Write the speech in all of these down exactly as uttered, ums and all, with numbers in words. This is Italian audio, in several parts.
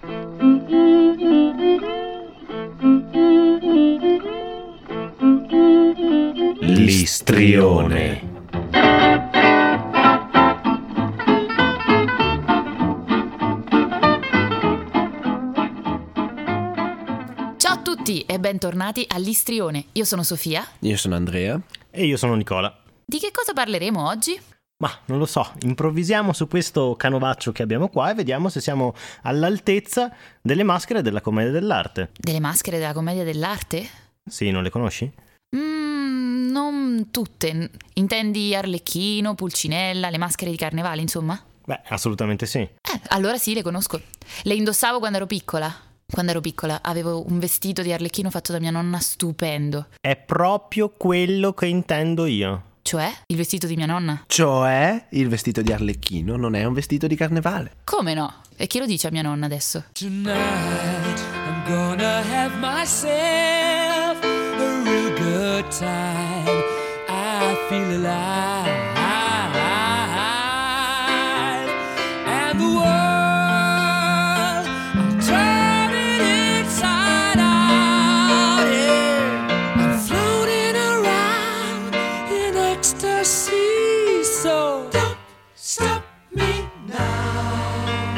L'istrione. Ciao a tutti e bentornati all'Istrione. Io sono Sofia. Io sono Andrea. E io sono Nicola. Di che cosa parleremo oggi? Ma non lo so, improvvisiamo su questo canovaccio che abbiamo qua e vediamo se siamo all'altezza delle maschere della commedia dell'arte. Delle maschere della commedia dell'arte? Sì, non le conosci? Mmm, non tutte. Intendi Arlecchino, Pulcinella, le maschere di carnevale, insomma? Beh, assolutamente sì. Eh, allora sì, le conosco. Le indossavo quando ero piccola. Quando ero piccola avevo un vestito di Arlecchino fatto da mia nonna stupendo. È proprio quello che intendo io. Cioè? Il vestito di mia nonna? Cioè, il vestito di Arlecchino non è un vestito di carnevale. Come no? E chi lo dice a mia nonna adesso? Tonight I'm gonna have myself a real good time. I feel alive. And the world, I'm turning inside out, yeah. I'm floating around in ecstasy. So don't stop me now.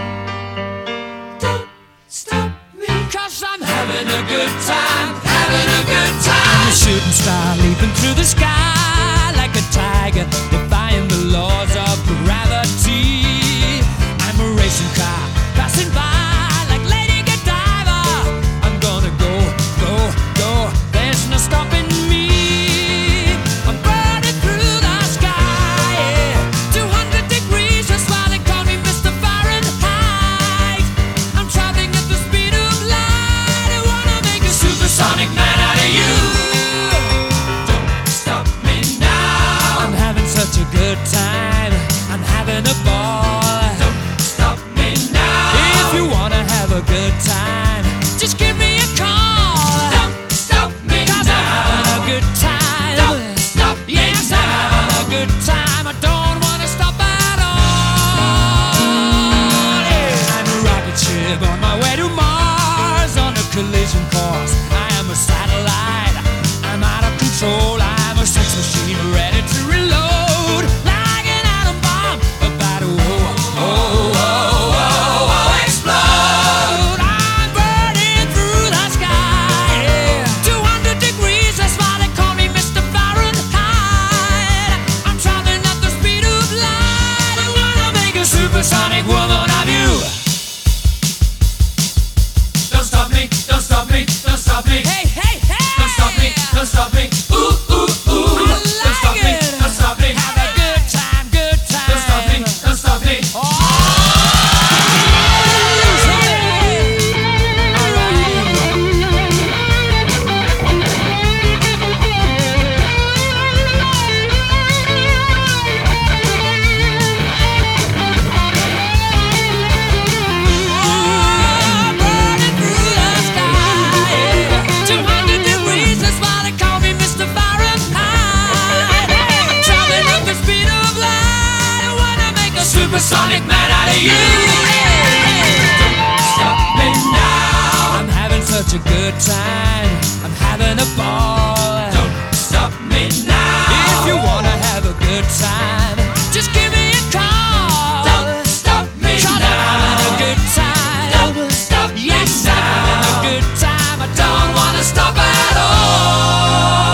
Don't stop me, 'cause I'm having a good time, having a good time. I'm a shooting star leaping through the sky like a tiger, defying the laws of gravity. I'm a racing car passing by like Lady Godiva. I'm gonna go, go, go, there's no stopping me. I'm burning through the sky, yeah. two hundred degrees, that's why they call me Mister Fahrenheit. I'm traveling at the speed of light. I wanna make a supersonic man out of you. Don't stop me now. I'm having such a good time. I'm having a ball. Don't stop me now. If you wanna have a good time, just give me a call. Don't stop me 'cause now. I'm having a good time. Don't stop me yes, now. I'm having a good time. I don't wanna stop at all. Yeah. I'm a rocket ship on my way to Mars on a collision course. I am a satellite. I'm out of control. I'm a sex machine ready to reload like an atom bomb about to oh, oh, oh, oh, oh, explode. I'm burning through the sky, yeah. two hundred degrees, that's why they call me Mister Fahrenheit. I'm traveling at the speed of light. I wanna make a supersonic woman of you. Don't stop me, don't stop me, don't stop me. Hey, hey, hey! Don't stop me, don't stop me. Ooh, ooh, ooh. I like don't stop me, it. Don't stop me. Have a good time, good time. Don't stop me, don't stop me. Oh! Supersonic man out of you. Don't stop me now. I'm having such a good time. I'm having a ball. Don't stop me now. If you wanna have a good time, just give me a call. Don't stop me now. I'm having a good time. Don't stop me yes, now. I'm having a good time. I don't wanna stop at all.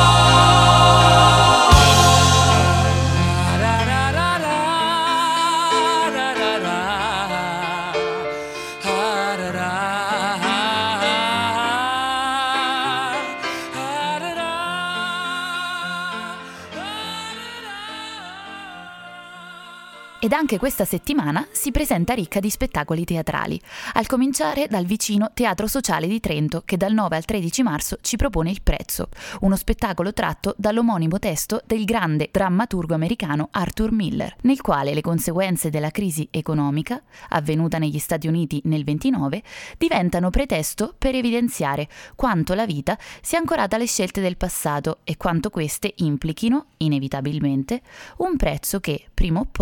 Ed anche questa settimana si presenta ricca di spettacoli teatrali, al cominciare dal vicino Teatro Sociale di Trento, che dal nove al tredici marzo ci propone Il Prezzo, uno spettacolo tratto dall'omonimo testo del grande drammaturgo americano Arthur Miller, nel quale le conseguenze della crisi economica, avvenuta negli Stati Uniti nel ventinove, diventano pretesto per evidenziare quanto la vita sia ancorata alle scelte del passato e quanto queste implichino, inevitabilmente, un prezzo che, prima o poi, in un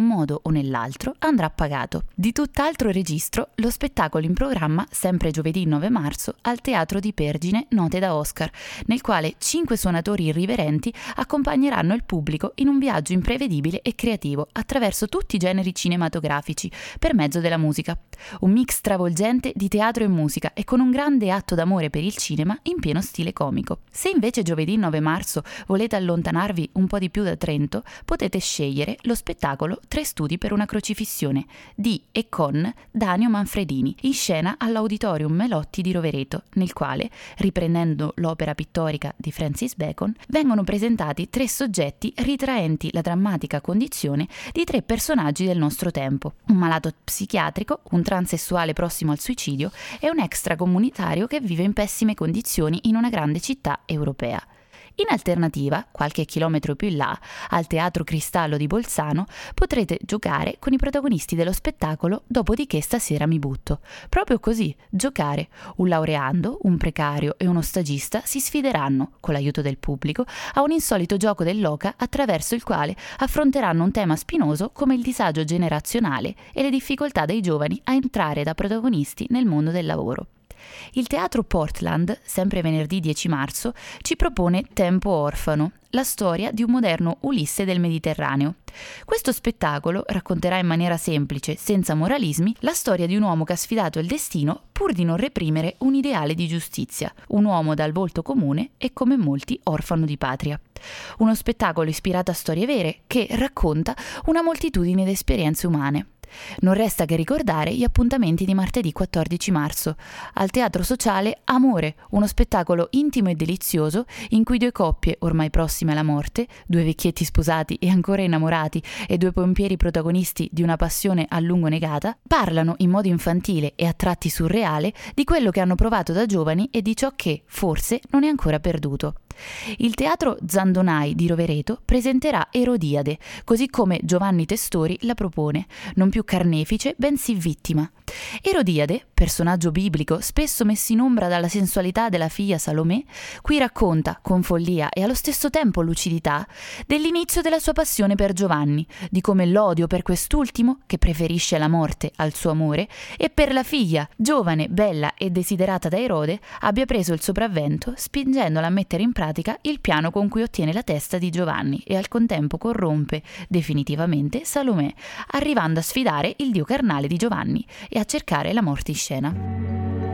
un modo o nell'altro andrà pagato. Di tutt'altro registro lo spettacolo in programma, sempre giovedì nove marzo, al Teatro di Pergine Note da Oscar, nel quale cinque suonatori irriverenti accompagneranno il pubblico in un viaggio imprevedibile e creativo attraverso tutti i generi cinematografici per mezzo della musica. Un mix travolgente di teatro e musica e con un grande atto d'amore per il cinema in pieno stile comico. Se invece giovedì nove marzo volete allontanarvi un po' di più da Trento, potete scegliere lo spettacolo Tre studi per una crocifissione di e con Danio Manfredini, in scena all'Auditorium Melotti di Rovereto, nel quale, riprendendo l'opera pittorica di Francis Bacon, vengono presentati tre soggetti ritraenti la drammatica condizione di tre personaggi del nostro tempo: un malato psichiatrico, un transessuale prossimo al suicidio e un extracomunitario che vive in pessime condizioni in una grande città europea. In alternativa, qualche chilometro più in là, al Teatro Cristallo di Bolzano, potrete giocare con i protagonisti dello spettacolo Dopodiché stasera mi butto. Proprio così, giocare. Un laureando, un precario e uno stagista si sfideranno, con l'aiuto del pubblico, a un insolito gioco dell'oca attraverso il quale affronteranno un tema spinoso come il disagio generazionale e le difficoltà dei giovani a entrare da protagonisti nel mondo del lavoro. Il Teatro Portland, sempre venerdì dieci marzo, ci propone Tempo orfano, la storia di un moderno Ulisse del Mediterraneo. Questo spettacolo racconterà in maniera semplice, senza moralismi, la storia di un uomo che ha sfidato il destino pur di non reprimere un ideale di giustizia, un uomo dal volto comune e come molti orfano di patria. Uno spettacolo ispirato a storie vere che racconta una moltitudine di esperienze umane. Non resta che ricordare gli appuntamenti di martedì quattordici marzo al Teatro Sociale Amore, uno spettacolo intimo e delizioso in cui due coppie ormai prossime alla morte, due vecchietti sposati e ancora innamorati e due pompieri protagonisti di una passione a lungo negata, parlano in modo infantile e a tratti surreale di quello che hanno provato da giovani e di ciò che, forse, non è ancora perduto. Il Teatro Zandonai di Rovereto presenterà Erodiade, così come Giovanni Testori la propone, non più carnefice, bensì vittima. Erodiade, personaggio biblico spesso messo in ombra dalla sensualità della figlia Salomè, qui racconta, con follia e allo stesso tempo lucidità, dell'inizio della sua passione per Giovanni, di come l'odio per quest'ultimo, che preferisce la morte al suo amore, e per la figlia, giovane, bella e desiderata da Erode, abbia preso il sopravvento, spingendola a mettere in pratica il piano con cui ottiene la testa di Giovanni e al contempo corrompe definitivamente Salomè, arrivando a sfidare il dio carnale di Giovanni e a cercare la morte in scena.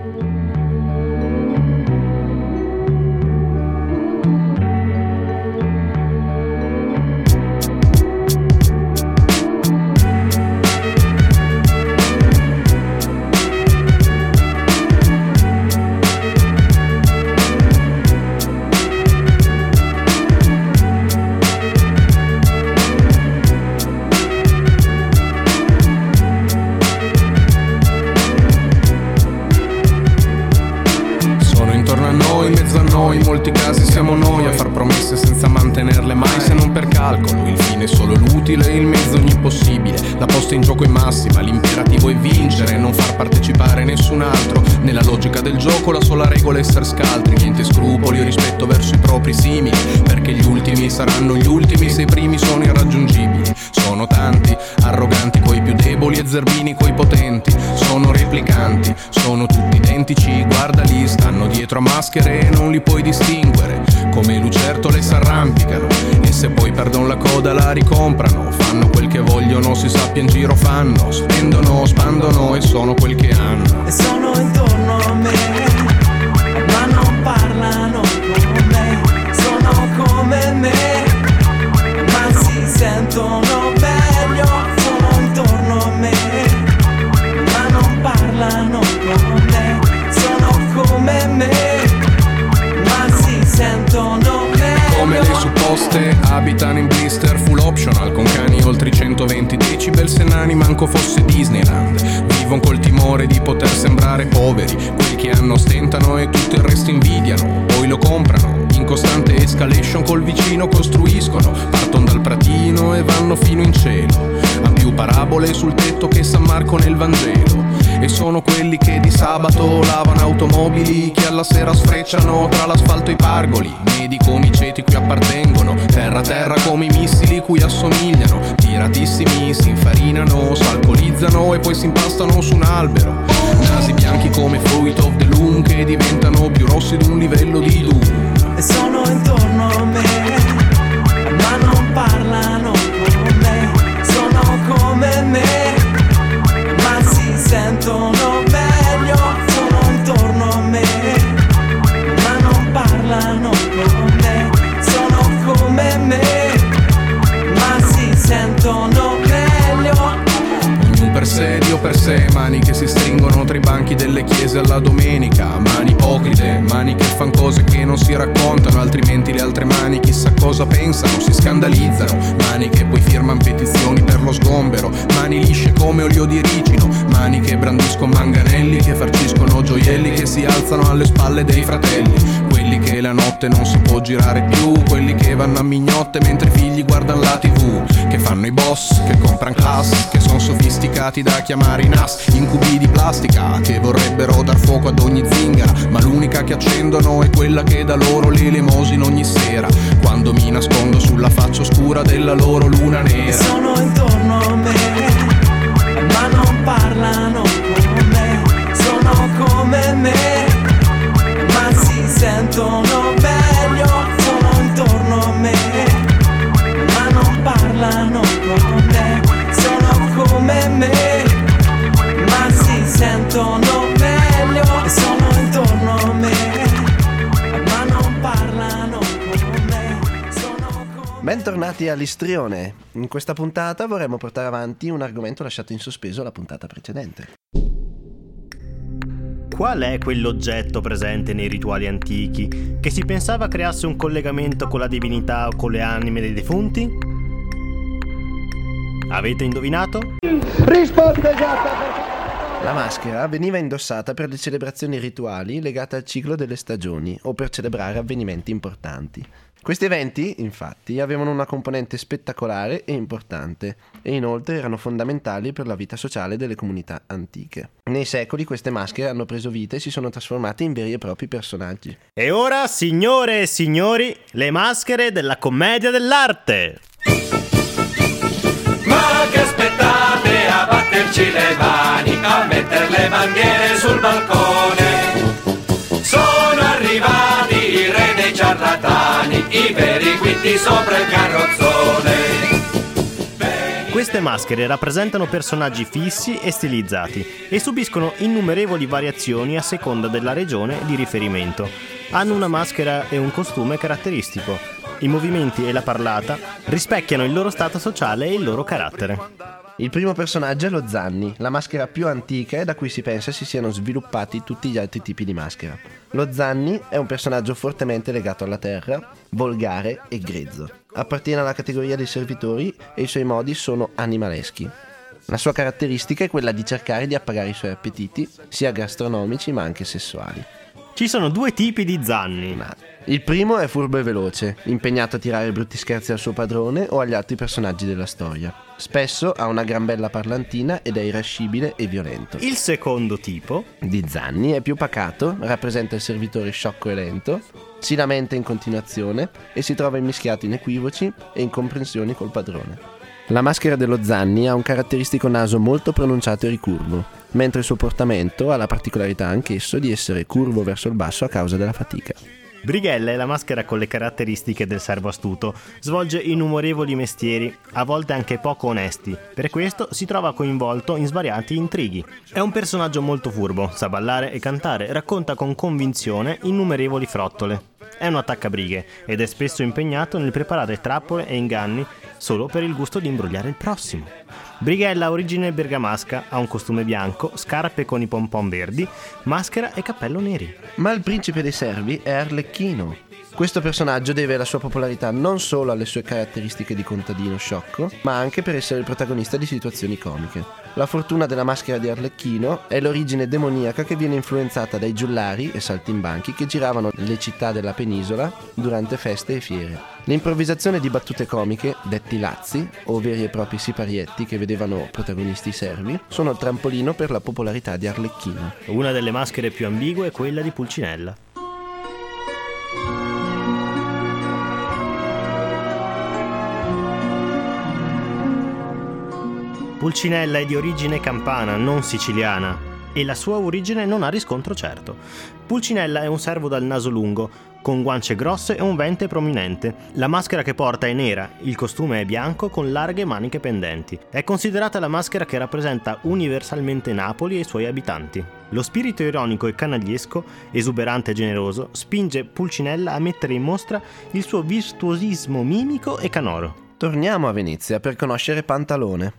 In molti casi siamo noi a far promesse senza mantenerle mai, se non per calcolo. Il fine è solo l'utile, il mezzo ogni possibile. La posta in gioco è massima, l'imperativo è vincere, non far partecipare nessun altro. Nella logica del gioco la sola regola è essere scaltri, niente scrupoli o rispetto verso i propri simili, perché gli ultimi saranno gli ultimi se i primi sono irraggiungibili. Sono tanti, arroganti coi più deboli e zerbini coi potenti. Sono replicanti, sono tutti identici, guardali, stanno dietro a maschere e non li puoi distinguere. Come lucertole s'arrampicano e se poi perdono la coda la ricomprano. Fanno quel che vogliono, si sappia in giro fanno, spendono, spandono e sono quel che hanno. E sono intorno a me, ma non parlano con me. Sono come me, ma si sentono meglio. Sono intorno a me, ma non parlano con me. Sono come me, ma si sentono meglio. Come le supposte abitano in blister full optional, con cani oltre i centoventi decibel, se nani manco fosse Disneyland. Vivono col timore di poter sembrare poveri, quelli che hanno stentano e tutto il resto invidiano, poi lo comprano. In costante escalation col vicino costruiscono, partono dal pratino e vanno fino in cielo. Han più parabole sul tetto che San Marco nel Vangelo. E sono quelli che di sabato lavano automobili, che alla sera sfrecciano tra l'asfalto e i pargoli. Medi come i ceti cui appartengono, terra terra come i missili cui assomigliano. Tiratissimi si infarinano, s'alcolizzano e poi si impastano su un albero. Nasi bianchi come Fruit of the Loom, che diventano più rossi di un livello di Doom. E sono intorno a me, ma non parlano con me. Sono come me, ma si sentono meglio. Sono intorno a me, ma non parlano con me. Sono come me, ma si sentono meglio. Ognuno per sé, Dio per sé, mani che si stringono tra i banchi delle chiese alla domenica. Mani ipocrite, mani che fan cose che non si raccontano, altrimenti le altre mani chissà cosa pensano, si scandalizzano. Mani che poi firman petizioni per lo sgombero, mani lisce come olio di ricino, mani che brandiscono manganelli, che farciscono gioielli, che si alzano alle spalle dei fratelli. Quelli che la notte non si può girare più, quelli che vanno a mignotte mentre i figli guardano la tivù, che fanno i boss, che compran class, che sono sofisticati da chiamare i nas, incubi di plastica, che vorrebbero dar fuoco ad ogni zingara, ma l'unica che accendono è quella che dà loro le elemosine ogni sera, quando mi nascondo sulla faccia oscura della loro luna nera. Sono intorno a me, ma non parlano con me. Sono come me, ma si sentono meglio. Sono intorno a me, ma non parlano con me. Sono come me, ma si sentono meglio. Sono intorno a me, ma non parlano con me. Sono come... Bentornati all'Istrione. In questa puntata vorremmo portare avanti un argomento lasciato in sospeso la puntata precedente. Qual è quell'oggetto presente nei rituali antichi che si pensava creasse un collegamento con la divinità o con le anime dei defunti? Avete indovinato? Risposta esatta! La maschera veniva indossata per le celebrazioni rituali legate al ciclo delle stagioni o per celebrare avvenimenti importanti. Questi eventi, infatti, avevano una componente spettacolare e importante e inoltre erano fondamentali per la vita sociale delle comunità antiche. Nei secoli queste maschere hanno preso vita e si sono trasformate in veri e propri personaggi. E ora, signore e signori, le maschere della commedia dell'arte! Ma che aspettate a batterci le mani, a mettere le bandiere sul balcone? Sono arrivati i re dei ciarlatani, i veri guitti sopra il carrozzone. Queste maschere rappresentano personaggi fissi e stilizzati e subiscono innumerevoli variazioni a seconda della regione di riferimento. Hanno una maschera e un costume caratteristico. I movimenti e la parlata rispecchiano il loro stato sociale e il loro carattere. Il primo personaggio è lo Zanni, la maschera più antica e da cui si pensa si siano sviluppati tutti gli altri tipi di maschera. Lo Zanni è un personaggio fortemente legato alla terra, volgare e grezzo. Appartiene alla categoria dei servitori e i suoi modi sono animaleschi. La sua caratteristica è quella di cercare di appagare i suoi appetiti, sia gastronomici ma anche sessuali. Ci sono due tipi di Zanni. Ma il primo è furbo e veloce, impegnato a tirare brutti scherzi al suo padrone o agli altri personaggi della storia. Spesso ha una gran bella parlantina ed è irascibile e violento. Il secondo tipo di Zanni è più pacato, rappresenta il servitore sciocco e lento, si lamenta in continuazione e si trova immischiato in equivoci e incomprensioni col padrone. La maschera dello Zanni ha un caratteristico naso molto pronunciato e ricurvo, mentre il suo portamento ha la particolarità anch'esso di essere curvo verso il basso a causa della fatica. Brighella è la maschera con le caratteristiche del servo astuto, svolge innumerevoli mestieri, a volte anche poco onesti, per questo si trova coinvolto in svariati intrighi. È un personaggio molto furbo, sa ballare e cantare, racconta con convinzione innumerevoli frottole. È un attaccabrighe ed è spesso impegnato nel preparare trappole e inganni solo per il gusto di imbrogliare il prossimo. Brighella ha origine bergamasca, ha un costume bianco, scarpe con i pompon verdi, maschera e cappello neri. Ma il principe dei servi è Arlecchino. Questo personaggio deve la sua popolarità non solo alle sue caratteristiche di contadino sciocco, ma anche per essere il protagonista di situazioni comiche. La fortuna della maschera di Arlecchino è l'origine demoniaca che viene influenzata dai giullari e saltimbanchi che giravano le città della penisola durante feste e fiere. L'improvvisazione di battute comiche, detti lazzi, o veri e propri siparietti che vedevano protagonisti servi, sono il trampolino per la popolarità di Arlecchino. Una delle maschere più ambigue è quella di Pulcinella. Pulcinella è di origine campana, non siciliana, e la sua origine non ha riscontro certo. Pulcinella è un servo dal naso lungo, con guance grosse e un ventre prominente. La maschera che porta è nera, il costume è bianco con larghe maniche pendenti. È considerata la maschera che rappresenta universalmente Napoli e i suoi abitanti. Lo spirito ironico e canagliesco, esuberante e generoso, spinge Pulcinella a mettere in mostra il suo virtuosismo mimico e canoro. Torniamo a Venezia per conoscere Pantalone,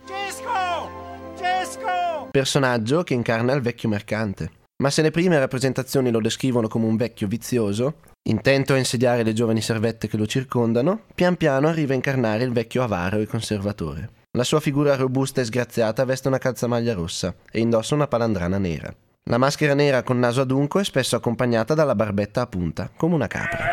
personaggio che incarna il vecchio mercante. Ma se le prime rappresentazioni lo descrivono come un vecchio vizioso, intento a insediare le giovani servette che lo circondano, pian piano arriva a incarnare il vecchio avaro e conservatore. La sua figura robusta e sgraziata veste una calzamaglia rossa e indossa una palandrana nera. La maschera nera con naso adunco è spesso accompagnata dalla barbetta a punta, come una capra.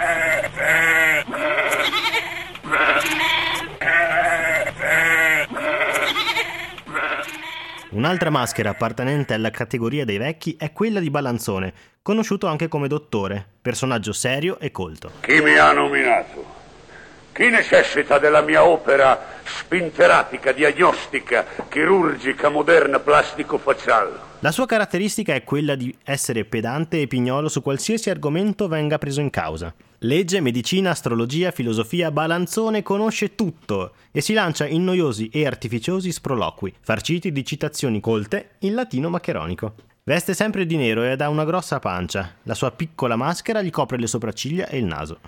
Un'altra maschera appartenente alla categoria dei vecchi è quella di Balanzone, conosciuto anche come Dottore, personaggio serio e colto. Chi mi ha nominato? Chi necessita della mia opera spinterapica, diagnostica, chirurgica, moderna, plastico-facciale? La sua caratteristica è quella di essere pedante e pignolo su qualsiasi argomento venga preso in causa. Legge, medicina, astrologia, filosofia, Balanzone conosce tutto e si lancia in noiosi e artificiosi sproloqui, farciti di citazioni colte in latino maccheronico. Veste sempre di nero ed ha una grossa pancia. La sua piccola maschera gli copre le sopracciglia e il naso.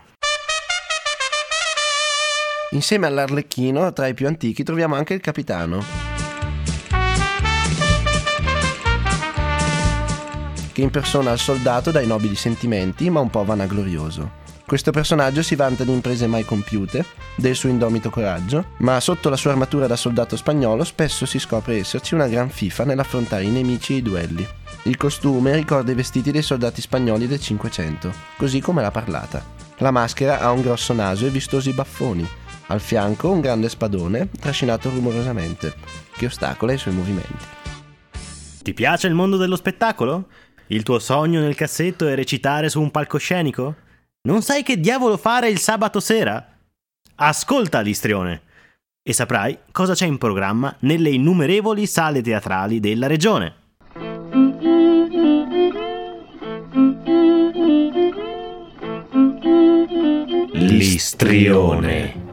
Insieme all'Arlecchino, tra i più antichi, troviamo anche il Capitano, che impersona il soldato dai nobili sentimenti, ma un po' vanaglorioso. Questo personaggio si vanta di imprese mai compiute, del suo indomito coraggio, ma sotto la sua armatura da soldato spagnolo spesso si scopre esserci una gran fifa nell'affrontare i nemici e i duelli. Il costume ricorda i vestiti dei soldati spagnoli del Cinquecento, così come la parlata. La maschera ha un grosso naso e vistosi baffoni. Al fianco un grande spadone, trascinato rumorosamente, che ostacola i suoi movimenti. Ti piace il mondo dello spettacolo? Il tuo sogno nel cassetto è recitare su un palcoscenico? Non sai che diavolo fare il sabato sera? Ascolta l'Istrione e saprai cosa c'è in programma nelle innumerevoli sale teatrali della regione. L'Istrione.